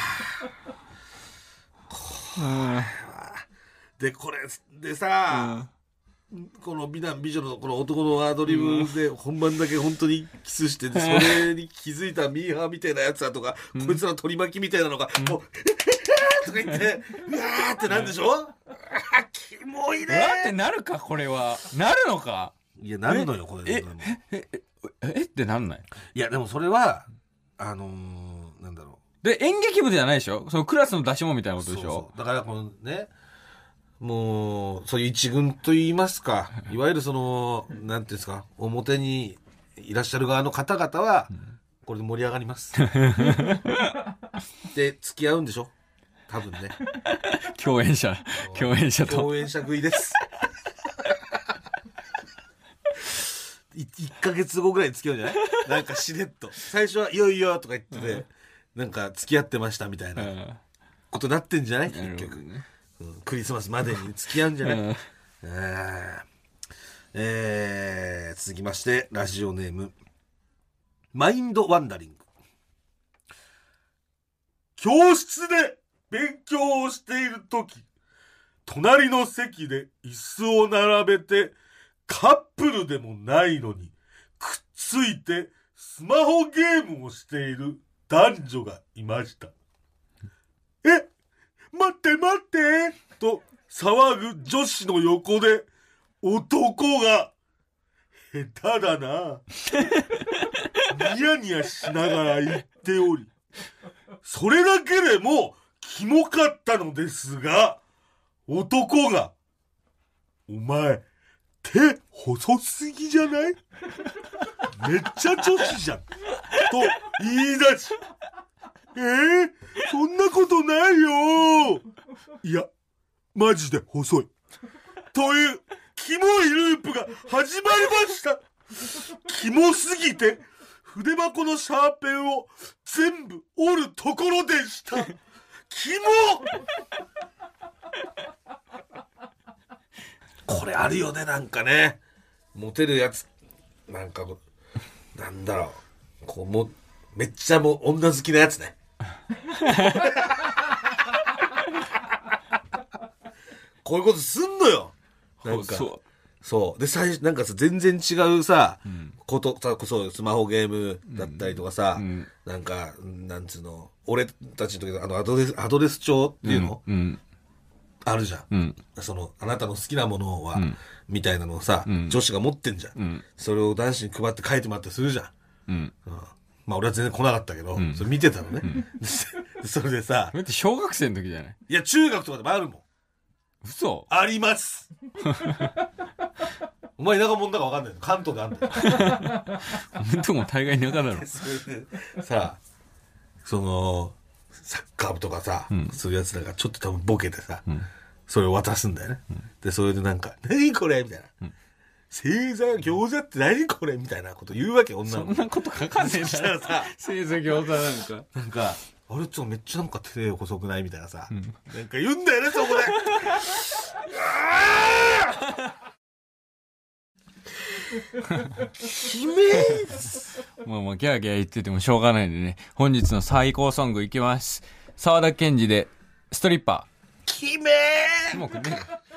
でこれでさ、うん、この美男美女のこの男のアドリブで本番だけ本当にキスして、うん、それに気づいたミーハーみたいなやつだとか、うん、こいつら取り巻きみたいなのが、うん、もうとか言ってうわーってなんでしょ、うん、キモいねーってなるか。これはなるのか。 いやなるのよこれ。 えええええってなんない。 いやでもそれはあのー、なんだろうで演劇部じゃないでしょ。そのクラスの出し物みたいなことでしょ。そうそうだからこのねもうそういう一軍といいますか、いわゆるそのなんていうんですか表にいらっしゃる側の方々はこれで盛り上がりますで付き合うんでしょ多分ね。 共演者共演者と共演者食いですいっかげつごぐらい付き合うんじゃない。なんかしれっと最初はいよいよとか言ってて、うん、なんか付き合ってましたみたいなことなってんじゃない、うん、結局、ねうん、クリスマスまでに付き合うんじゃない、うんえー、続きましてラジオネームマインドワンダリング。教室で勉強をしているとき隣の席で椅子を並べてカップルでもないのにくっついてスマホゲームをしている男女がいました。え、待って待ってと騒ぐ女子の横で男が下手だなニヤニヤしながら言っており、それだけでもキモかったのですが、男がお前手細すぎじゃない？めっちゃ女子じゃんと言い出し、えー、そんなことないよ。いやマジで細いというキモいループが始まりました。キモすぎて筆箱のシャーペンを全部折るところでした。キモこれあるよね、なんかね、モテるやつ、なんかなんだろう、こうもめっちゃもう女好きなやつね。こういうことすんのよ。なんかそうそうで、最初なんかさ、全然違うさ、うん、ことさ、そうスマホゲームだったりとかさ、うん、なんかなんつうの、俺たちの時のあのアドレスアドレス帳っていうの、うんうん、あるじゃん、うん、そのあなたの好きなものは、うん、みたいなのをさ、うん、女子が持ってんじゃん、うん、それを男子に配って書いてもらったりするじゃん、うんうん、まあ俺は全然来なかったけど、うん、それ見てたのね、うん、それでさ、 それって小学生の時じゃない？いや中学とかでもあるもん。 嘘？あります。お前田舎者だか分かんないの？関東であんだよ。 お前んとこも大概田舎だろ。 それでさ、そのサッカー部とかさ、うん、そういうやつらがちょっと多分ボケてさ、うん、それを渡すんだよね、うん、でそれでなんか何これみたいな、うん、星座餃子って何これみたいなこと言うわけ、女の子。 そんなこと書かねえんだよ。星座餃子なんかなんかあれちょっとめっちゃなんか手細くないみたいなさ、うん、なんか言うんだよね、そこで。きめーもうもうギャーギャー言っててもしょうがないんでね、本日の最高ソングいきます。沢田研二でストリッパー。きめーもうね、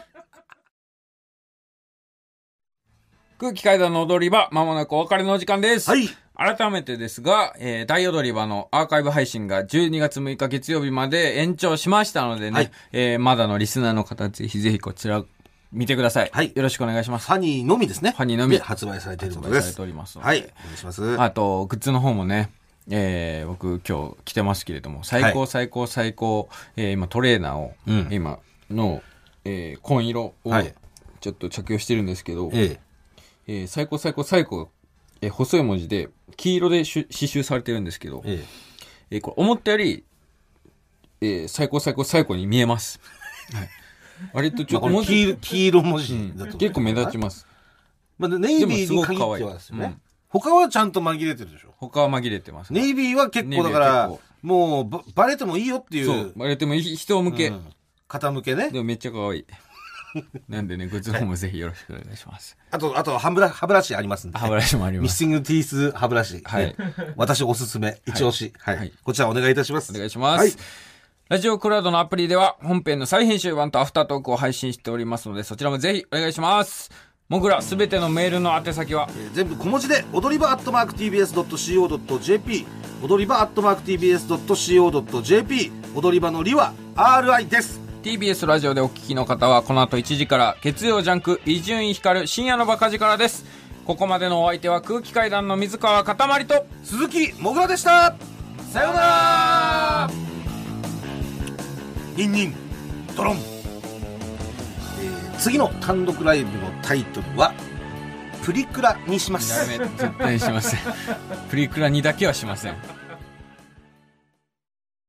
空気階段の踊り場、まもなくお別れのお時間です。 はい。 改めてですが、えー、大踊り場のアーカイブ配信がじゅうにがつむいか月曜日まで延長しましたのでね、はい、えー、まだのリスナーの方ぜひぜひこちら見てください。はい。よろしくお願いします。 ファニーのみですね。 ファニーのみ。 発売されていることです。 発売されておりますので。 はい。お願いします。 あと、グッズの方もね、えー、僕今日着てますけれども、最高最高最高、えー、今トレーナーを、うん、今の、えー、紺色をちょっと着用してるんですけど、はい、えーえー、最高最高最高、えー、細い文字で黄色で刺繍されてるんですけど、えーえー、これ思ったより、えー、最高最高最高に見えます。はい。割とちょっと、 まあ、黄, 黄色文字だと、 うん、結構目立ちます。 まあ、ネイビーに限ってはですよね。うん、他はちゃんと紛れてるでしょ。 他は紛れてます。 ネイビーは結構だからもうバレてもいいよっていう。そうバレてもいい人向け、うん、 肩向けね。 でもめっちゃ可愛い。なんでね、グッズの方もぜひよろしくお願いします。 あと、あと、歯ブラ、歯ブラシありますんで、ね。 歯ブラシもあります。 ミッシングティース歯ブラシ。はい。ね、私おすすめ、一押し、はい。はい。こちらお願いいたします。 お願いします。はい。ラジオクラウドのアプリでは、本編の再編集版とアフタートークを配信しておりますので、そちらもぜひお願いします。もぐら、すべてのメールの宛先は、 えー、全部小文字で、踊り場アットマーク ティービーエスドットシーオードットジェーピー、踊り場アットマーク ティービーエスドットシーオードットジェーピー、踊り場のりは アールアイ です。 ティービーエス ラジオでお聞きの方はこの後いちじから月曜ジャンク伊集院光深夜のバカ力です。ここまでのお相手は空気階段の水川かたまりと鈴木もぐらでした。 さようなら。 ニンニンドロン、えー、次の単独ライブのタイトルはプリクラにします。 ダメ、絶対しません。プリクラにだけはしません。